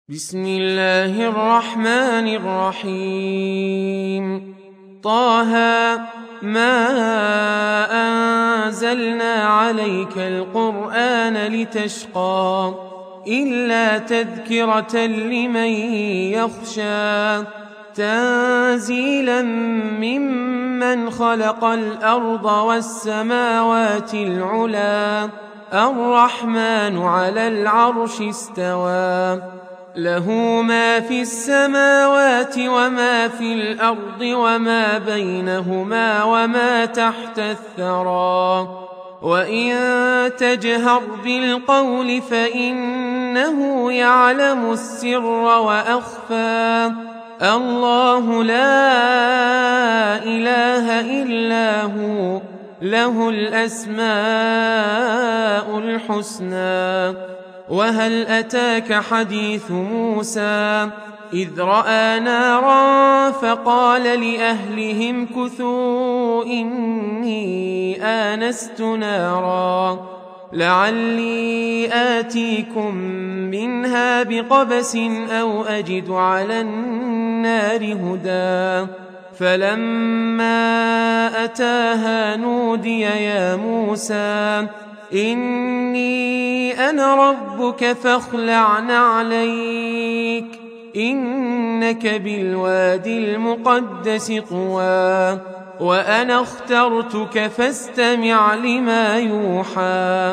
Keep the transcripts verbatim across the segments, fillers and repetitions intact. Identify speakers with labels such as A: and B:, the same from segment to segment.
A: بسم الله الرحمن الرحيم. طه ما أنزلنا عليك القرآن لتشقى إلا تذكرة لمن يخشى تنزيلا ممن خلق الأرض والسماوات العلى الرحمن على العرش استوى له ما في السماوات وما في الأرض وما بينهما وما تحت الثرى وإن تجهر بالقول فإنه يعلم السر وأخفى الله لا إله إلا هو له الأسماء الحسنى. وهل أتاك حديث موسى إذ رأى نارا فقال لأهلهم كثوا إني آنست نارا لعلي آتيكم منها بقبس أو أجد على النار هدى فلما أتاها نودي يا موسى إني أنا ربك فاخلع نعليك إنك بالوادي المقدس طوى وأنا اخترتك فاستمع لما يوحى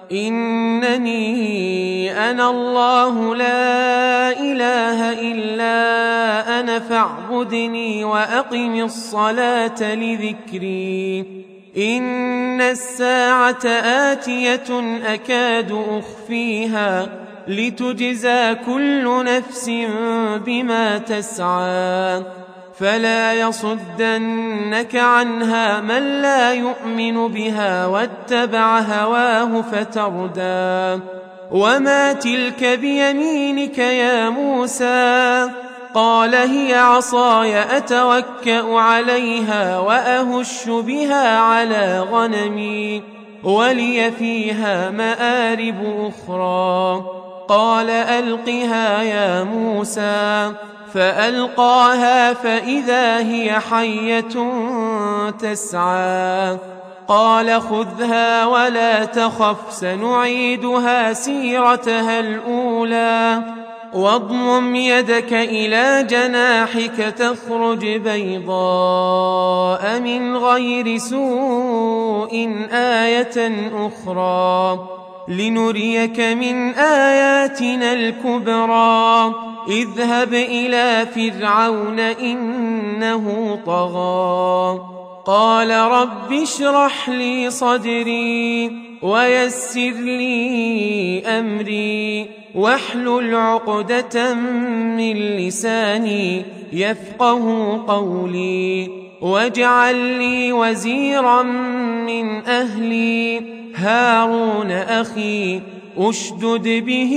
A: إنني أنا الله لا إله إلا أنا فاعبدني وأقم الصلاة لذكري إن الساعة آتية أكاد أخفيها لتجزى كل نفس بما تسعى فلا يصدنك عنها من لا يؤمن بها واتبع هواه فتردى وما تلك بيمينك يا موسى قال هي عصاي أتوكأ عليها وأهش بها على غنمي ولي فيها مآرب أخرى قال ألقها يا موسى فألقاها فإذا هي حية تسعى قال خذها ولا تخف سنعيدها سيرتها الأولى واضمم يدك إلى جناحك تخرج بيضاء من غير سوء آية أخرى لنريك من آياتنا الكبرى اذهب إلى فرعون إنه طغى قال رب اشرح لي صدري ويسر لي أمري واحلل عقدة من لساني يفقه قولي واجعل لي وزيرا من أهلي هارون أخي أشدد به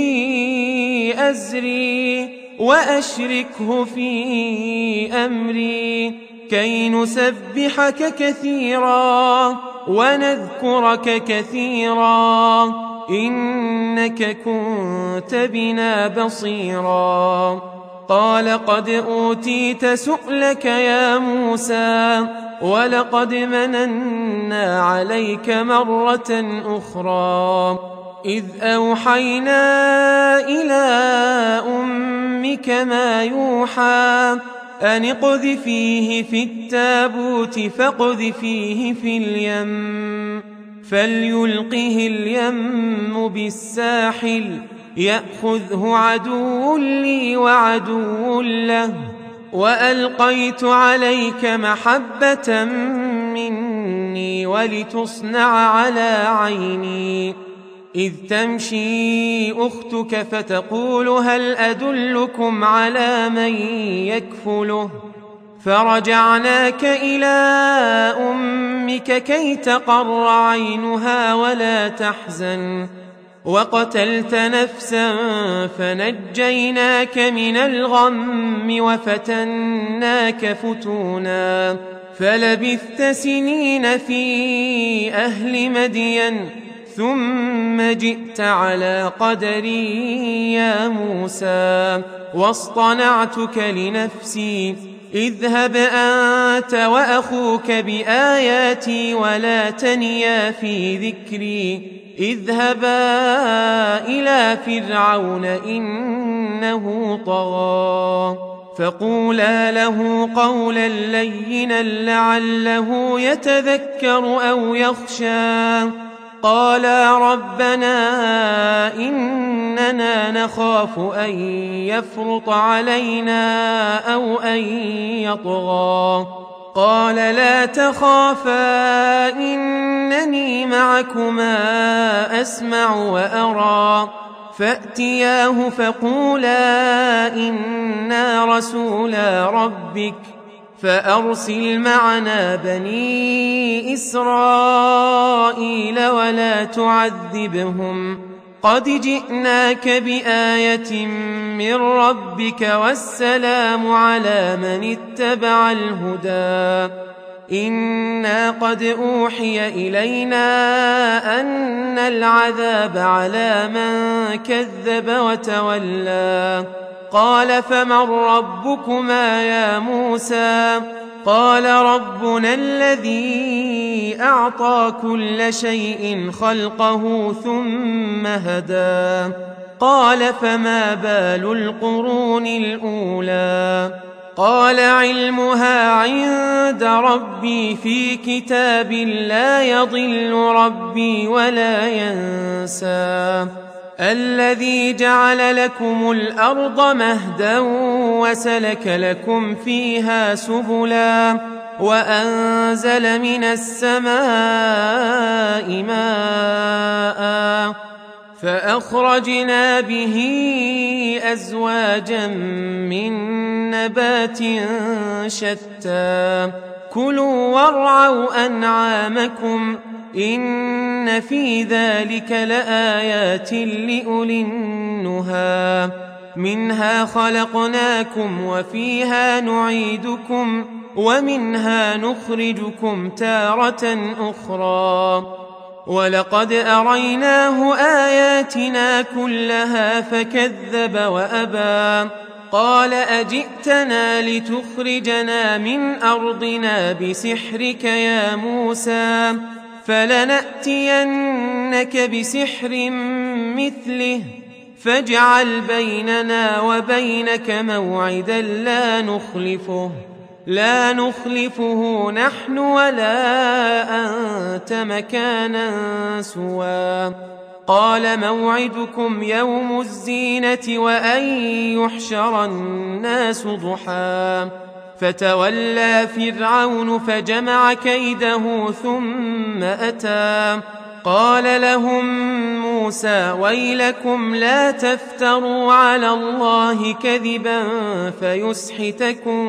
A: أزري وأشركه في أمري كي نسبحك كثيرا ونذكرك كثيرا إنك كنت بنا بصيرا قال قد أوتيت سؤلك يا موسى ولقد مننا عليك مرة أخرى إذ أوحينا إلى أمك ما يوحى أن اقذفيه في التابوت فاقذفيه في اليم فليلقه اليم بالساحل يأخذه عدو لي وعدو له وألقيت عليك محبة مني ولتصنع على عيني إذ تمشي أختك فتقول هل أدلكم على من يكفله فرجعناك إلى أمك كي تقر عينها ولا تحزن وقتلت نفسا فنجيناك من الغم وفتناك فتونا فلبثت سنين في أهل مدين ثم جئت على قدري يا موسى واصطنعتك لنفسي اذهب أنت وأخوك بآياتي ولا تنيا في ذكري اذهبا إلى فرعون إنه طغى فقولا له قولا لينا لعله يتذكر أو يخشى قالا ربنا إننا نخاف أن يفرط علينا أو أن يطغى قال لا تخافا إنني معكما أسمع وأرى فأتياه فقولا إنا رسولا ربك فأرسل معنا بني إسرائيل ولا تعذبهم قد جئناك بآية من ربك والسلام على من اتبع الهدى إنا قد أوحي إلينا أن العذاب على من كذب وتولى قال فمن ربكما يا موسى قال ربنا الذي أعطى كل شيء خلقه ثم هدى قال فما بال القرون الأولى قال علمها عند ربي في كتاب لا يضل ربي ولا ينسى الذي جعل لكم الأرض مهدا وسلك لكم فيها سبلا وأنزل من السماء ماء فأخرجنا به أزواجا من نبات شتى كلوا وارعوا أنعامكم إن في ذلك لآيات لأولي النهى منها خلقناكم وفيها نعيدكم ومنها نخرجكم تارة أخرى ولقد أريناه آياتنا كلها فكذب وأبى قال أجئتنا لتخرجنا من أرضنا بسحرك يا موسى فلنأتينك بسحر مثله فاجعل بيننا وبينك موعدا لا نخلفه لا نخلفه نحن ولا أنت مكانا سوى قال موعدكم يوم الزينة وأن يحشر الناس ضحى فتولى فرعون فجمع كيده ثم أتى قال لهم موسى ويلكم لا تفتروا على الله كذبا فيسحتكم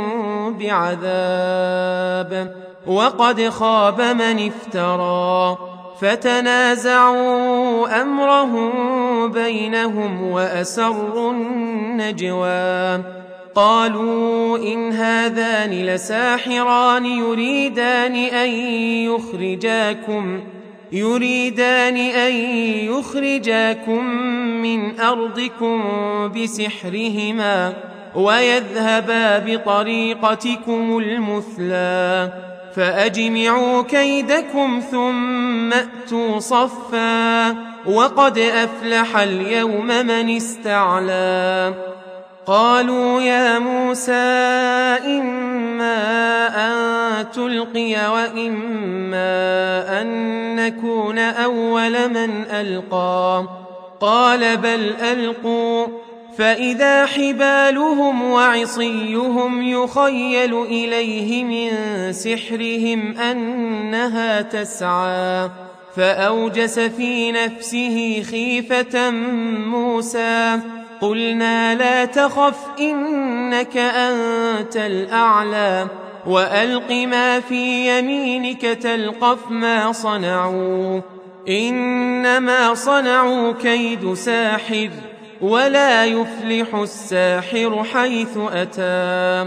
A: بعذاب وقد خاب من افترى فتنازعوا أمرهم بينهم وأسروا النجوى قالوا إن هذان لساحران يريدان أن يخرجاكم يريدان أن يخرجاكم من أرضكم بسحرهما ويذهبا بطريقتكم المثلى فأجمعوا كيدكم ثم أتوا صفا وقد أفلح اليوم من استعلى قالوا يا موسى إما أن تلقي وإما أن نكون أول من ألقى قال بل ألقوا فإذا حبالهم وعصيهم يخيل إليه من سحرهم أنها تسعى فأوجس في نفسه خيفة موسى قلنا لا تخف إنك أنت الأعلى وألق ما في يمينك تلقف ما صنعوا إنما صنعوا كيد ساحر ولا يفلح الساحر حيث أتى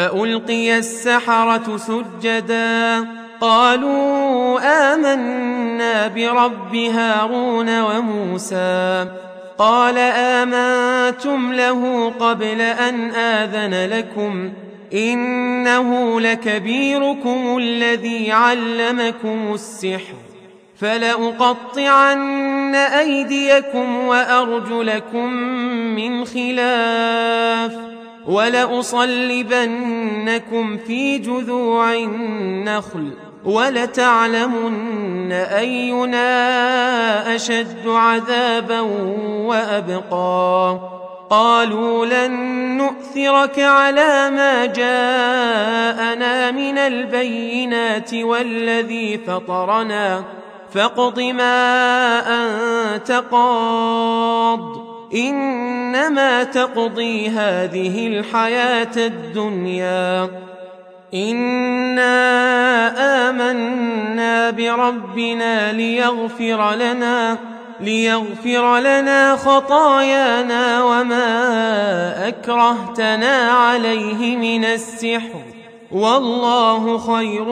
A: فألقي السحرة سجدا قالوا آمنا آمنا برب هارون وموسى قال آمنتم له قبل أن آذن لكم إنه لكبيركم الذي علمكم السحر فلأقطعن أيديكم وأرجلكم من خلاف ولأصلبنكم في جذوع النخل ولتعلمن أينا أشد عذابا وأبقى قالوا لن نؤثرك على ما جاءنا من البينات والذي فطرنا فاقض ما أنت قاض إنما تقضي هذه الحياة الدنيا إنا آمنا بربنا ليغفر لنا ليغفر لنا خطايانا وما أكرهتنا عليه من السحر والله خير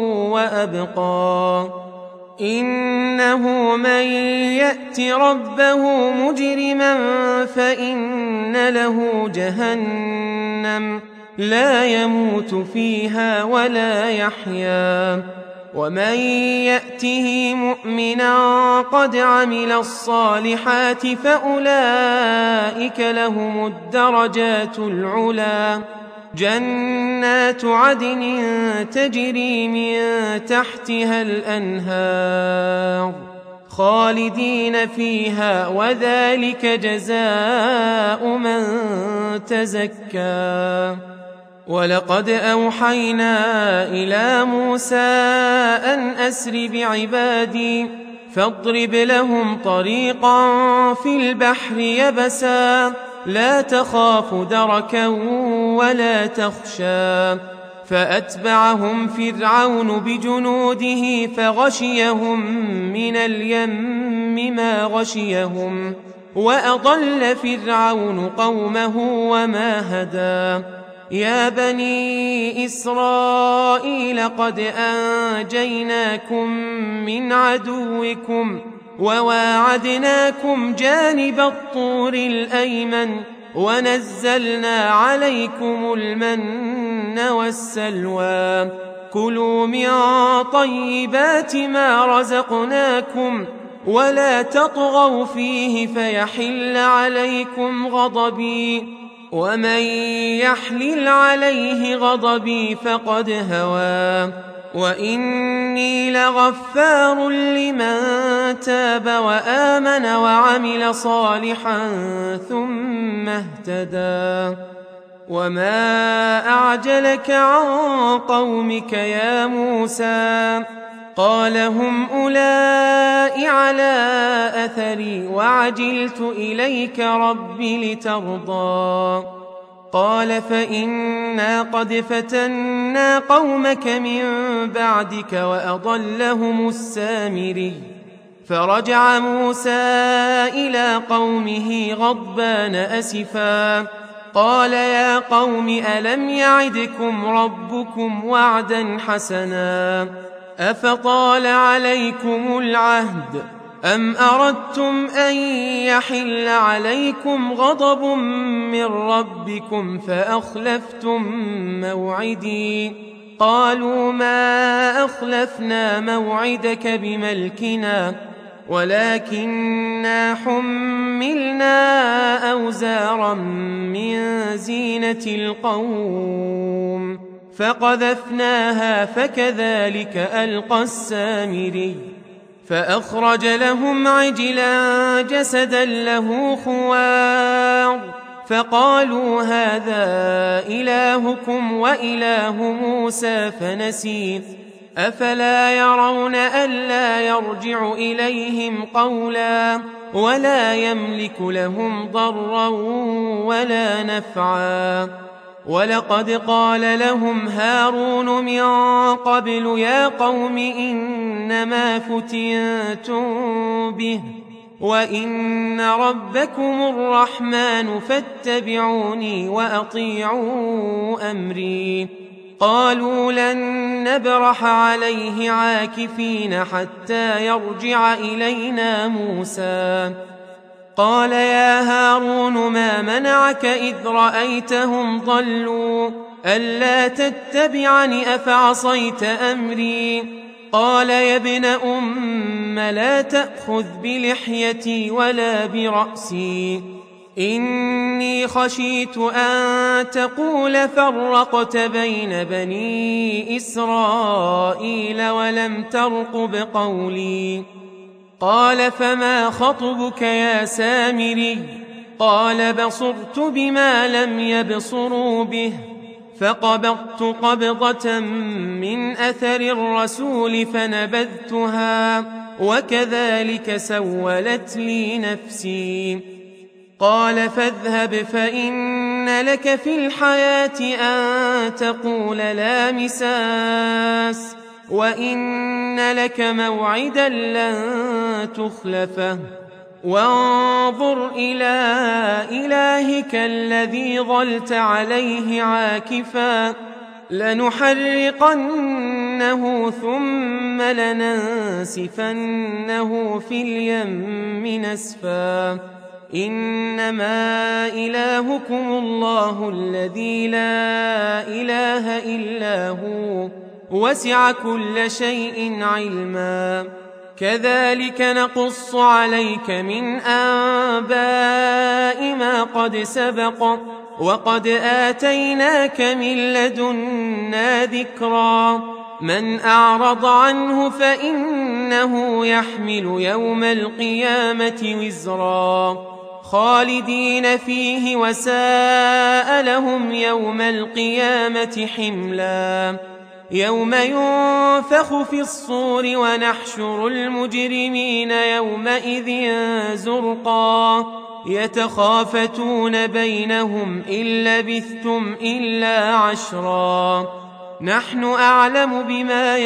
A: وأبقى إنه من يأت ربه مجرما فإن له جهنم لا يموت فيها ولا يحيا ومن يأته مؤمنا قد عمل الصالحات فأولئك لهم الدرجات العلا جنات عدن تجري من تحتها الأنهار خالدين فيها وذلك جزاء من تزكى ولقد أوحينا إلى موسى أن أسر بعبادي فاضرب لهم طريقا في البحر يبسا لا تخاف دركا ولا تخشى فأتبعهم فرعون بجنوده فغشيهم من اليم ما غشيهم وأضل فرعون قومه وما هدى يا بني إسرائيل قد أنجيناكم من عدوكم وواعدناكم جانب الطور الأيمن ونزلنا عليكم المن والسلوى كلوا من طيبات ما رزقناكم ولا تطغوا فيه فيحل عليكم غضبي ومن يحلل عليه غضبي فقد هوى وإني لغفار لمن تاب وآمن وعمل صالحا ثم اهتدى وما أعجلك عن قومك يا موسى قال هم أولئك على أثري وعجلت إليك رب لترضى قال فإنا قد فتنا قومك من بعدك وأضلهم السامري فرجع موسى إلى قومه غضبان أسفا قال يا قوم ألم يعدكم ربكم وعدا حسنا أفطال عليكم العهد أم أردتم أن يحل عليكم غضب من ربكم فأخلفتم موعدي قالوا ما أخلفنا موعدك بملكنا ولكننا حملنا أوزارا من زينة القوم فقذفناها فكذلك ألقى السامري فأخرج لهم عجلا جسدا له خوار فقالوا هذا إلهكم وإله موسى فنسي أفلا يرون ألا يرجع إليهم قولا ولا يملك لهم ضرا ولا نفعا ولقد قال لهم هارون من قبل يا قوم إنما فتنتم به وإن ربكم الرحمن فاتبعوني وأطيعوا أمري قالوا لن نبرح عليه عاكفين حتى يرجع إلينا موسى قال يا هارون ما منعك إذ رأيتهم ضلوا ألا تتبعني أفعصيت أمري قال يا ابن أم لا تأخذ بلحيتي ولا برأسي إني خشيت أن تقول فرقت بين بني إسرائيل ولم ترقب قولي قال فما خطبك يا سامري قال بصرت بما لم يبصروا به فقبضت قبضة من أثر الرسول فنبذتها وكذلك سولت لي نفسي قال فاذهب فإن لك في الحياة أن تقول لا مساس وإن لك موعدا لن تخلفه وانظر إلى إلهك الذي ظلت عليه عاكفا لنحرقنه ثم لننسفنه في اليم نسفا إنما إلهكم الله الذي لا إله إلا هو وسع كل شيء علما كذلك نقص عليك من أنباء ما قد سبق وقد آتيناك من لدنا ذكرا من أعرض عنه فإنه يحمل يوم القيامة وزرا خالدين فيه وساء لهم يوم القيامة حملا يوم ينفخ في الصور ونحشر المجرمين يومئذ زرقا يتخافتون بينهم إن لبثتم إلا عشرا نحن أعلم بما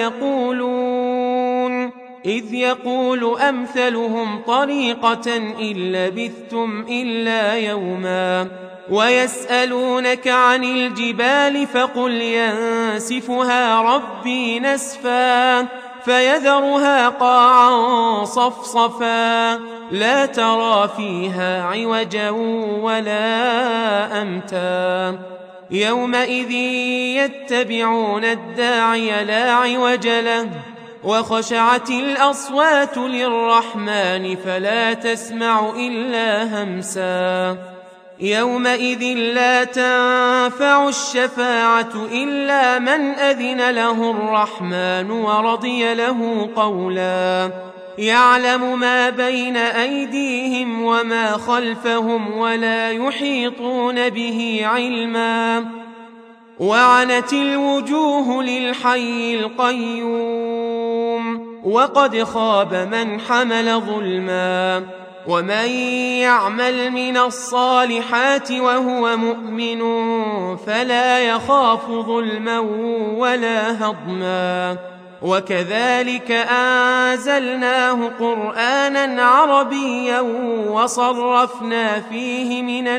A: يقولون إذ يقول أمثلهم طريقة إن لبثتم إلا يوما ويسألونك عن الجبال فقل ينسفها ربي نسفا فيذرها قاعا صفصفا لا ترى فيها عوجا ولا أمتا يومئذ يتبعون الداعي لا عوج له وخشعت الأصوات للرحمن فلا تسمع إلا همسا يومئذ لا تنفع الشفاعة إلا من أذن له الرحمن ورضي له قولا يعلم ما بين أيديهم وما خلفهم ولا يحيطون به علما وعنت الوجوه للحي القيوم وقد خاب من حمل ظلما ومن يعمل من الصالحات وهو مؤمن فلا يخاف ظلما ولا هضما وكذلك أنزلناه قرآنا عربيا وصرفنا فيه من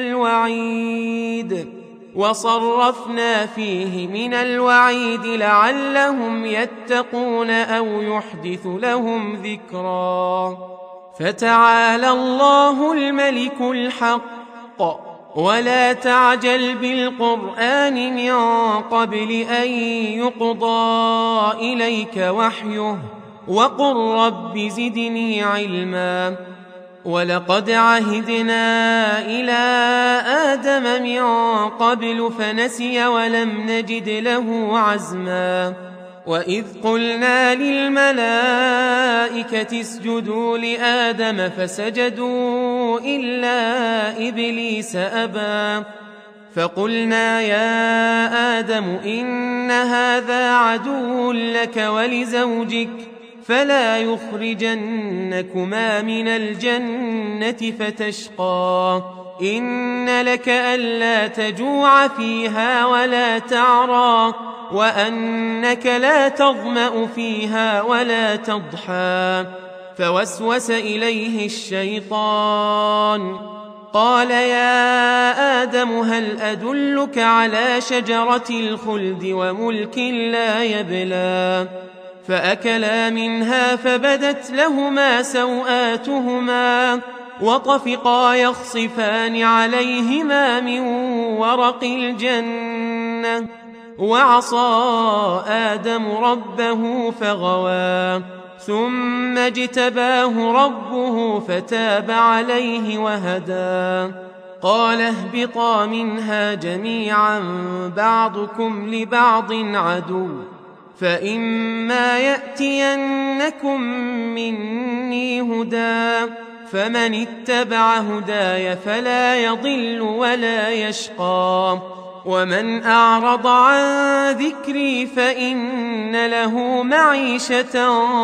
A: الوعيد وصرفنا فيه من الوعيد لعلهم يتقون أو يحدث لهم ذكرا فتعالى الله الملك الحق ولا تعجل بالقرآن من قبل أن يقضى إليك وحيه وقل رب زدني علما ولقد عهدنا إلى آدم من قبل فنسي ولم نجد له عزما وإذ قلنا للملائكة اسجدوا لآدم فسجدوا إلا إبليس أبى فقلنا يا آدم إن هذا عدو لك ولزوجك فلا يخرجنكما من الجنة فتشقى إن لك ألا تجوع فيها ولا تعرى وأنك لا تظمأ فيها ولا تضحى فوسوس إليه الشيطان قال يا آدم هل أدلك على شجرة الخلد وملك لا يبلى فأكلا منها فبدت لهما سوآتهما وطفقا يخصفان عليهما من ورق الجنة وعصى آدم ربه فغوى ثم اجتباه ربه فتاب عليه وهدى قال اهبطا منها جميعا بعضكم لبعض عدو فإما يأتينكم مني هدى فمن اتبع هداي فلا يضل ولا يشقى ومن أعرض عن ذكري فإن له معيشة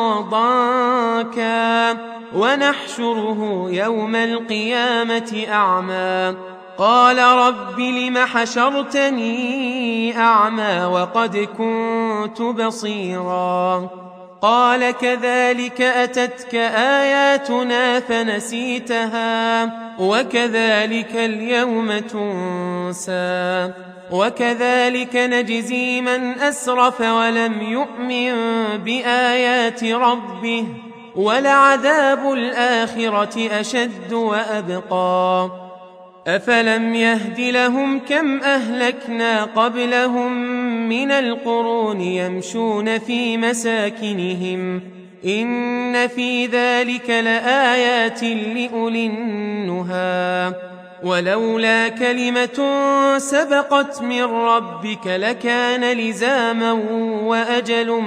A: ضنكا ونحشره يوم القيامة أعمى قال رب لم حشرتني أعمى وقد كنت بصيرا قال كذلك أتتك آياتنا فنسيتها وكذلك اليوم تنسى وكذلك نجزي من أسرف ولم يؤمن بآيات ربه ولعذاب الآخرة أشد وأبقى أفلم يهد لهم كم أهلكنا قبلهم من القرون يمشون في مساكنهم إن في ذلك لآيات لأولي النهى ولولا كلمة سبقت من ربك لكان لزاما وأجل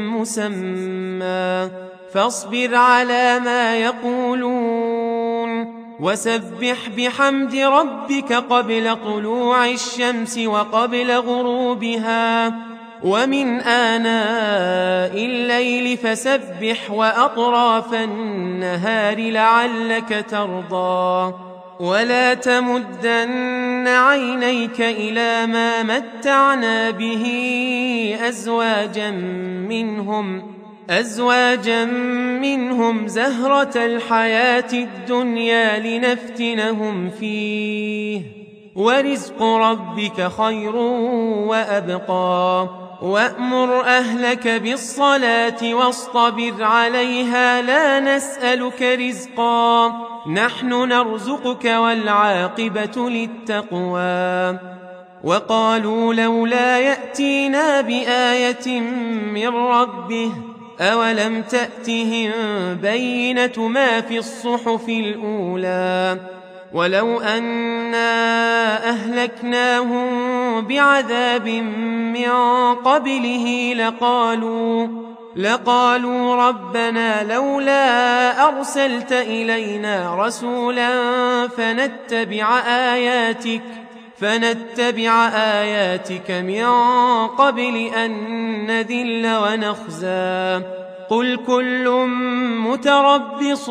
A: مسمى فاصبر على ما يقولون وسبح بحمد ربك قبل طلوع الشمس وقبل غروبها ومن آناء الليل فسبح وأطراف النهار لعلك ترضى ولا تمدن عينيك إلى ما متعنا به أزواجا منهم أزواجا منهم زهرة الحياة الدنيا لنفتنهم فيه ورزق ربك خير وأبقى وأمر أهلك بالصلاة واصطبر عليها لا نسألك رزقا نحن نرزقك والعاقبة للتقوى وقالوا لولا يأتينا بآية من ربه أولم تأتهم بينة ما في الصحف الأولى ولو أنا أهلكناهم بعذاب من قبله لقالوا لقالوا ربنا لولا أرسلت إلينا رسولا فنتبع آياتك فنتبع آياتك من قبل أن نذل ونخزى قل كل متربص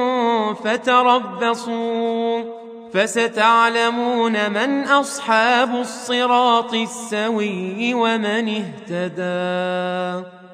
A: فتربصوا فستعلمون من أصحاب الصراط السوي ومن اهتدى.